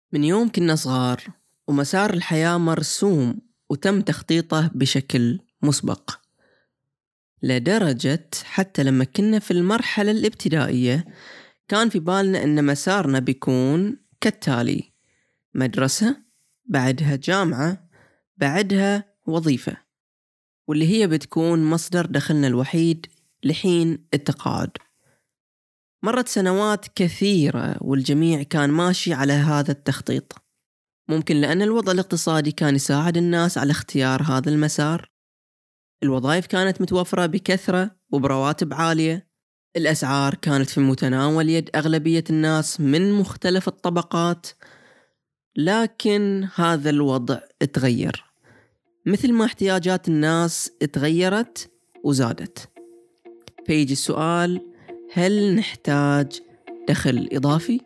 من يوم كنا صغار ومسار الحياة مرسوم وتم تخطيطه بشكل مسبق، لدرجة حتى لما كنا في المرحلة الابتدائية كان في بالنا أن مسارنا بيكون كالتالي: مدرسة، بعدها جامعة، بعدها وظيفة، واللي هي بتكون مصدر دخلنا الوحيد لحين التقاعد. مرت سنوات كثيرة والجميع كان ماشي على هذا التخطيط، ممكن لأن الوضع الاقتصادي كان يساعد الناس على اختيار هذا المسار، الوظائف كانت متوفرة بكثرة وبرواتب عالية، الأسعار كانت في متناول يد أغلبية الناس من مختلف الطبقات. لكن هذا الوضع اتغير مثل ما احتياجات الناس اتغيرت وزادت. فيجي السؤال: هل نحتاج دخل إضافي؟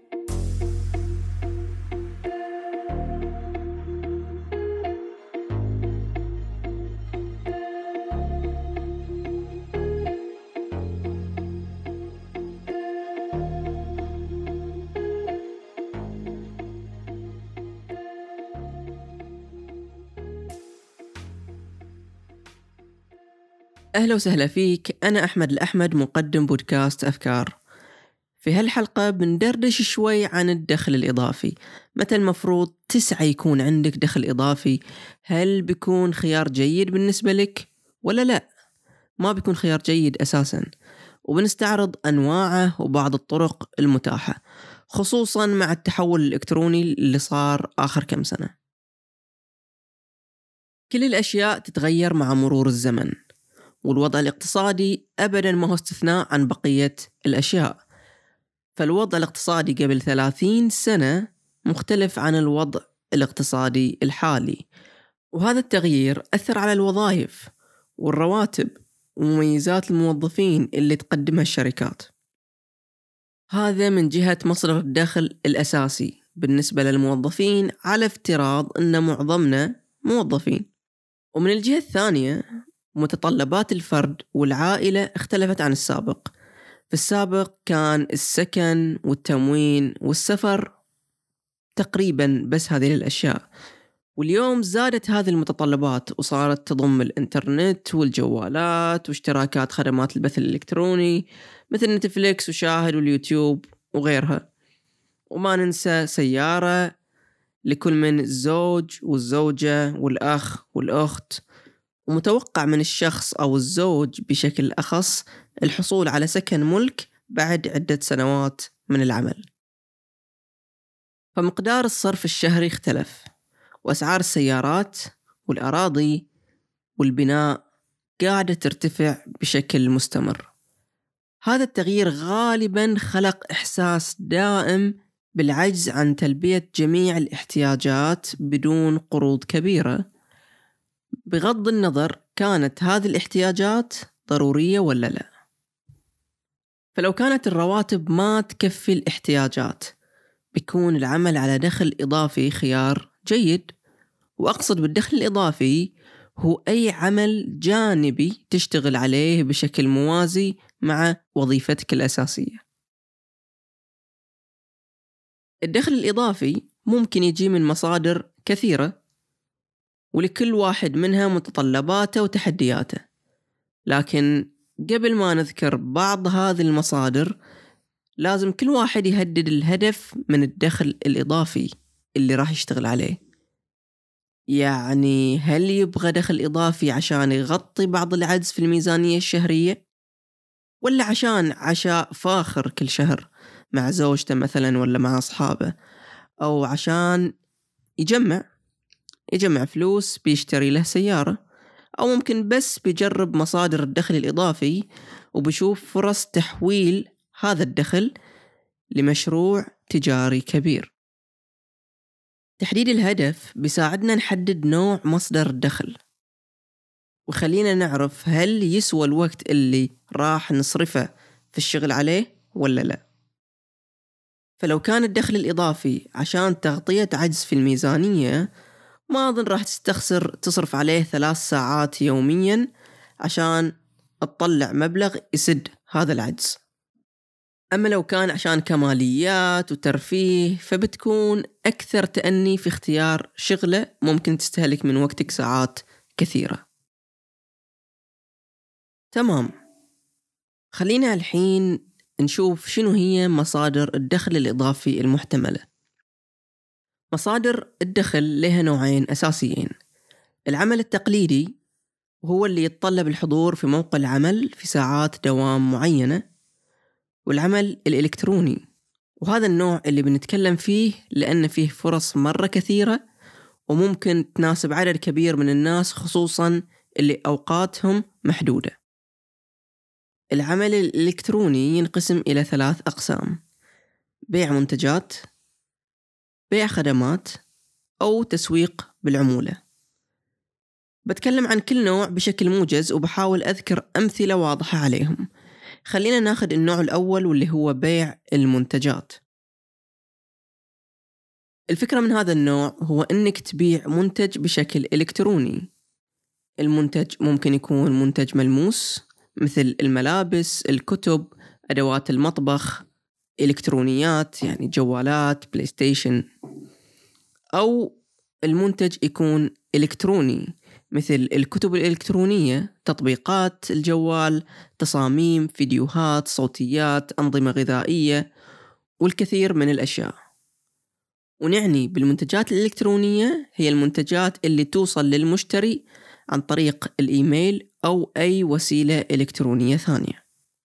أهلا وسهلا فيك، أنا أحمد الأحمد، مقدم بودكاست أفكار. في هالحلقة بندردش شوي عن الدخل الإضافي. متى المفروض تسعى يكون عندك دخل إضافي؟ هل بيكون خيار جيد بالنسبة لك ولا لا؟ ما بيكون خيار جيد أساسا. وبنستعرض أنواعه وبعض الطرق المتاحة، خصوصا مع التحول الإلكتروني اللي صار آخر كم سنة. كل الأشياء تتغير مع مرور الزمن، والوضع الاقتصادي أبدا ما هو استثناء عن بقية الأشياء. فالوضع الاقتصادي قبل 30 سنة مختلف عن الوضع الاقتصادي الحالي، وهذا التغيير أثر على الوظائف والرواتب ومميزات الموظفين اللي تقدمها الشركات. هذا من جهة مصدر الدخل الأساسي بالنسبة للموظفين، على افتراض أن معظمنا موظفين. ومن الجهة الثانية، متطلبات الفرد والعائلة اختلفت عن السابق. في السابق كان السكن والتموين والسفر تقريبا بس هذه الأشياء، واليوم زادت هذه المتطلبات وصارت تضم الإنترنت والجوالات واشتراكات خدمات البث الإلكتروني مثل نتفليكس وشاهد واليوتيوب وغيرها. وما ننسى سيارة لكل من الزوج والزوجة والأخ والأخت. ومتوقع من الشخص أو الزوج بشكل أخص الحصول على سكن ملك بعد عدة سنوات من العمل. فمقدار الصرف الشهري اختلف، وأسعار السيارات والأراضي والبناء قاعدة ترتفع بشكل مستمر. هذا التغيير غالبا خلق إحساس دائم بالعجز عن تلبية جميع الاحتياجات بدون قروض كبيرة، بغض النظر كانت هذه الاحتياجات ضرورية ولا لا. فلو كانت الرواتب ما تكفي الاحتياجات، بيكون العمل على دخل إضافي خيار جيد. وأقصد بالدخل الإضافي هو أي عمل جانبي تشتغل عليه بشكل موازي مع وظيفتك الأساسية. الدخل الإضافي ممكن يجي من مصادر كثيرة، ولكل واحد منها متطلباته وتحدياته. لكن قبل ما نذكر بعض هذه المصادر، لازم كل واحد يهدد الهدف من الدخل الإضافي اللي راح يشتغل عليه. يعني هل يبغى دخل إضافي عشان يغطي بعض العجز في الميزانية الشهرية، ولا عشان عشاء فاخر كل شهر مع زوجته مثلا ولا مع أصحابه، أو عشان يجمع فلوس بيشتري له سيارة، أو ممكن بس بيجرب مصادر الدخل الإضافي وبيشوف فرص تحويل هذا الدخل لمشروع تجاري كبير. تحديد الهدف بيساعدنا نحدد نوع مصدر الدخل، وخلينا نعرف هل يسوى الوقت اللي راح نصرفه في الشغل عليه ولا لا. فلو كان الدخل الإضافي عشان تغطية عجز في الميزانية، ما أظن راح تصرف عليه 3 ساعات يوميا عشان تطلع مبلغ يسد هذا العجز. أما لو كان عشان كماليات وترفيه فبتكون أكثر تأني في اختيار شغلة ممكن تستهلك من وقتك ساعات كثيرة. تمام، خلينا الحين نشوف شنو هي مصادر الدخل الإضافي المحتملة. مصادر الدخل لها نوعين أساسيين: العمل التقليدي وهو اللي يتطلب الحضور في موقع العمل في ساعات دوام معينة، والعمل الإلكتروني، وهذا النوع اللي بنتكلم فيه لأن فيه فرص مرة كثيرة وممكن تناسب عدد كبير من الناس، خصوصا اللي أوقاتهم محدودة. العمل الإلكتروني ينقسم إلى 3 أقسام: بيع منتجات، بيع خدمات، أو تسويق بالعمولة. بتكلم عن كل نوع بشكل موجز وبحاول أذكر أمثلة واضحة عليهم. خلينا ناخذ النوع الأول واللي هو بيع المنتجات. الفكرة من هذا النوع هو أنك تبيع منتج بشكل إلكتروني. المنتج ممكن يكون منتج ملموس مثل الملابس، الكتب، أدوات المطبخ، إلكترونيات يعني جوالات، بلاي ستيشن، أو المنتج يكون إلكتروني مثل الكتب الإلكترونية، تطبيقات الجوال، تصاميم، فيديوهات، صوتيات، أنظمة غذائية، والكثير من الأشياء. ونعني بالمنتجات الإلكترونية هي المنتجات اللي توصل للمشتري عن طريق الإيميل أو أي وسيلة إلكترونية ثانية.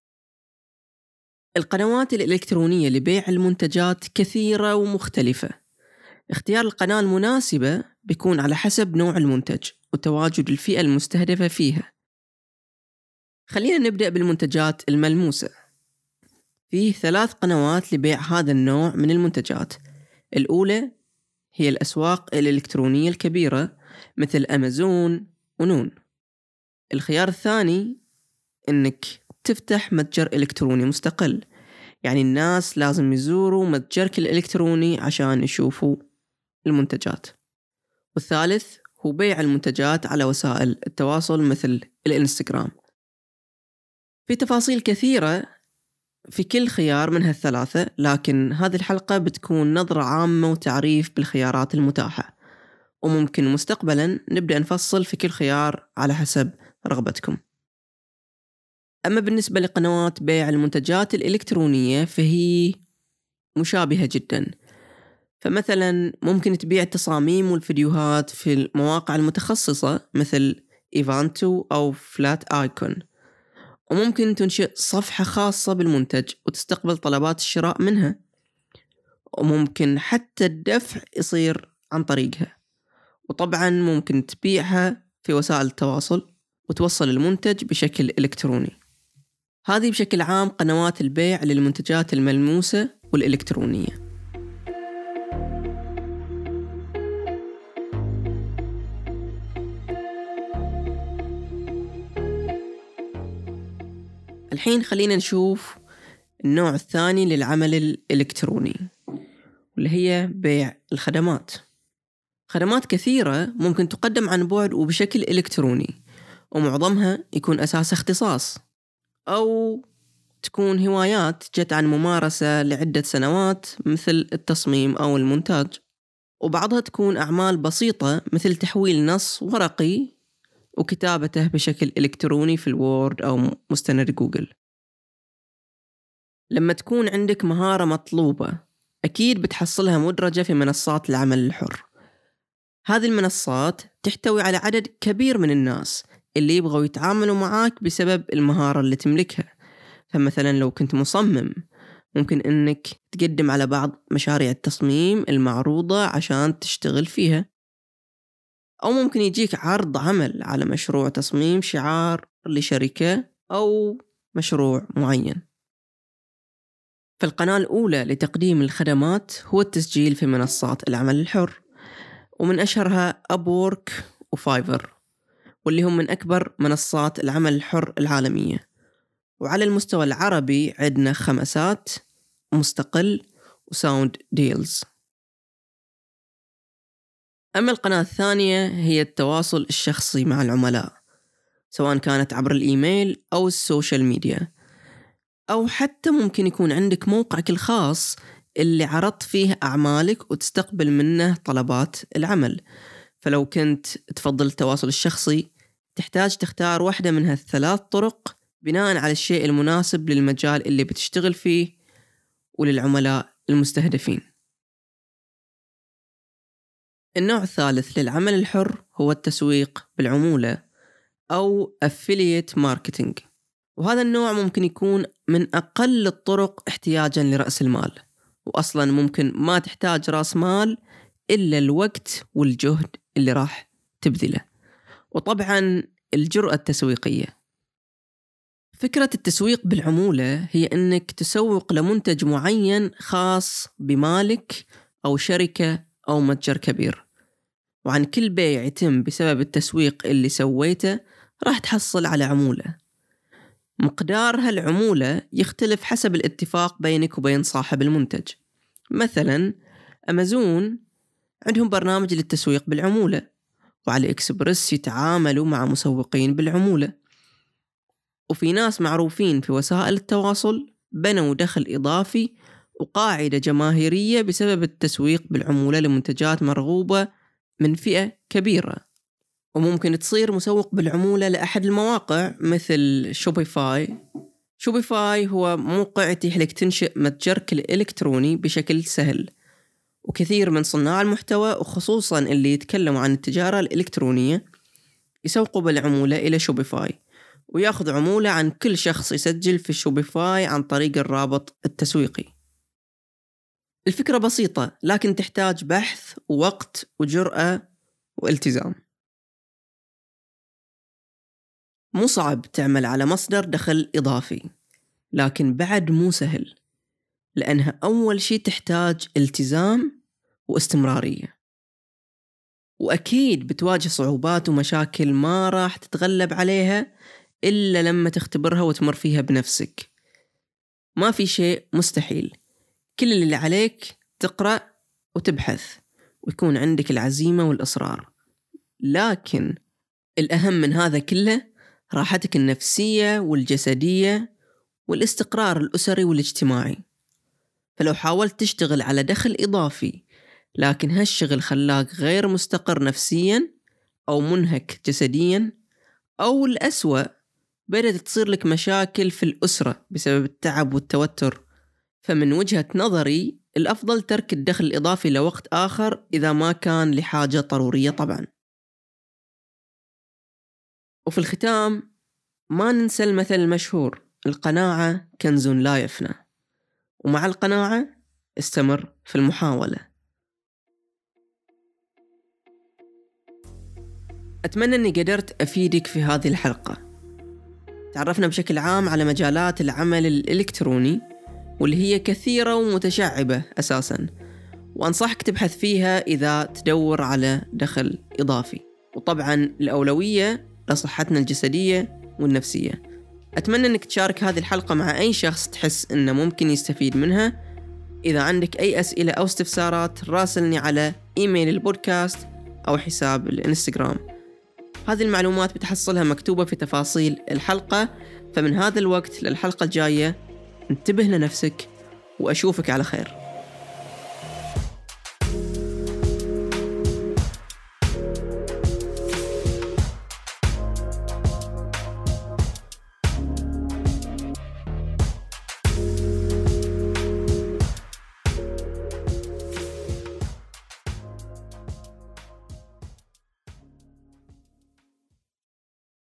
القنوات الإلكترونية لبيع المنتجات كثيرة ومختلفة. اختيار القناة المناسبة بيكون على حسب نوع المنتج وتواجد الفئة المستهدفة فيها. خلينا نبدأ بالمنتجات الملموسة. فيه 3 قنوات لبيع هذا النوع من المنتجات. الأولى هي الأسواق الإلكترونية الكبيرة مثل أمازون ونون. الخيار الثاني إنك تفتح متجر إلكتروني مستقل، يعني الناس لازم يزوروا متجرك الإلكتروني عشان يشوفوا المنتجات. والثالث هو بيع المنتجات على وسائل التواصل مثل الإنستغرام. في تفاصيل كثيرة في كل خيار من هالثلاثة، لكن هذه الحلقة بتكون نظرة عامة وتعريف بالخيارات المتاحة، وممكن مستقبلا نبدأ نفصل في كل خيار على حسب رغبتكم. أما بالنسبة لقنوات بيع المنتجات الإلكترونية فهي مشابهة جدا. فمثلا ممكن تبيع التصاميم والفيديوهات في المواقع المتخصصة مثل إيفانتو أو فلات آيكون، وممكن تنشئ صفحة خاصة بالمنتج وتستقبل طلبات الشراء منها، وممكن حتى الدفع يصير عن طريقها. وطبعا ممكن تبيعها في وسائل التواصل وتوصل المنتج بشكل إلكتروني. هذه بشكل عام قنوات البيع للمنتجات الملموسة والإلكترونية. الحين خلينا نشوف النوع الثاني للعمل الإلكتروني واللي هي بيع الخدمات. خدمات كثيرة ممكن تقدم عن بعد وبشكل إلكتروني، ومعظمها يكون أساس اختصاص أو تكون هوايات جت عن ممارسة لعدة سنوات مثل التصميم أو المونتاج، وبعضها تكون أعمال بسيطة مثل تحويل نص ورقي وكتابته بشكل إلكتروني في الوورد أو مستند جوجل. لما تكون عندك مهارة مطلوبة أكيد بتحصلها مدرجة في منصات العمل الحر. هذه المنصات تحتوي على عدد كبير من الناس اللي يبغوا يتعاملوا معاك بسبب المهارة اللي تملكها. فمثلا لو كنت مصمم ممكن أنك تقدم على بعض مشاريع التصميم المعروضة عشان تشتغل فيها، أو ممكن يجيك عرض عمل على مشروع تصميم شعار لشركة أو مشروع معين. فالقناة الأولى لتقديم الخدمات هو التسجيل في منصات العمل الحر، ومن أشهرها أبورك وفايفر، واللي هم من أكبر منصات العمل الحر العالمية. وعلى المستوى العربي عندنا خمسات، مستقل، وساوند ديلز. أما القناة الثانية هي التواصل الشخصي مع العملاء، سواء كانت عبر الإيميل أو السوشيال ميديا. أو حتى ممكن يكون عندك موقعك الخاص اللي عرضت فيه أعمالك وتستقبل منه طلبات العمل. فلو كنت تفضل التواصل الشخصي، تحتاج تختار واحدة من هالثلاث طرق بناء على الشيء المناسب للمجال اللي بتشتغل فيه وللعملاء المستهدفين. النوع الثالث للعمل الحر هو التسويق بالعمولة أو Affiliate Marketing، وهذا النوع ممكن يكون من أقل الطرق احتياجاً لرأس المال، وأصلاً ممكن ما تحتاج رأس مال إلا الوقت والجهد اللي راح تبذله، وطبعاً الجرأة التسويقية. فكرة التسويق بالعمولة هي أنك تسوق لمنتج معين خاص بمالك أو شركة أو متجر كبير، وعن كل بيع يتم بسبب التسويق اللي سويته راح تحصل على عمولة. مقدار هالعمولة يختلف حسب الاتفاق بينك وبين صاحب المنتج. مثلا أمازون عندهم برنامج للتسويق بالعمولة، وعلي إكسبرس يتعاملوا مع مسوقين بالعمولة، وفي ناس معروفين في وسائل التواصل بنوا دخل إضافي وقاعدة جماهيرية بسبب التسويق بالعمولة لمنتجات مرغوبة من فئة كبيرة. وممكن تصير مسوق بالعمولة لأحد المواقع مثل شوبيفاي. شوبيفاي هو موقع يتيح لك تنشئ متجرك الإلكتروني بشكل سهل، وكثير من صناع المحتوى وخصوصا اللي يتكلموا عن التجارة الإلكترونية يسوقوا بالعمولة إلى شوبيفاي، ويأخذ عمولة عن كل شخص يسجل في شوبيفاي عن طريق الرابط التسويقي. الفكرة بسيطة لكن تحتاج بحث ووقت وجرأة والتزام. مو صعب تعمل على مصدر دخل إضافي، لكن بعد مو سهل، لأنها أول شيء تحتاج التزام واستمرارية، وأكيد بتواجه صعوبات ومشاكل ما راح تتغلب عليها إلا لما تختبرها وتمر فيها بنفسك. ما في شيء مستحيل، كل اللي عليك تقرأ وتبحث ويكون عندك العزيمة والإصرار. لكن الأهم من هذا كله راحتك النفسية والجسدية والاستقرار الأسري والاجتماعي. فلو حاولت تشتغل على دخل إضافي لكن هالشغل خلاك غير مستقر نفسيا أو منهك جسديا، أو الأسوأ بدأت تصير لك مشاكل في الأسرة بسبب التعب والتوتر، فمن وجهة نظري الأفضل ترك الدخل الإضافي لوقت آخر إذا ما كان لحاجة ضرورية طبعا. وفي الختام ما ننسى المثل المشهور: القناعة كنز لا يفنى، ومع القناعة استمر في المحاولة. أتمنى أني قدرت أفيدك في هذه الحلقة. تعرفنا بشكل عام على مجالات العمل الإلكتروني واللي هي كثيرة ومتشعبة أساساً، وأنصحك تبحث فيها إذا تدور على دخل إضافي، وطبعاً الأولوية لصحتنا الجسدية والنفسية. أتمنى أنك تشارك هذه الحلقة مع أي شخص تحس أنه ممكن يستفيد منها. إذا عندك أي أسئلة أو استفسارات راسلني على إيميل البودكاست أو حساب الإنستغرام. هذه المعلومات بتحصلها مكتوبة في تفاصيل الحلقة. فمن هذا الوقت للحلقة الجاية انتبه لنفسك، وأشوفك على خير.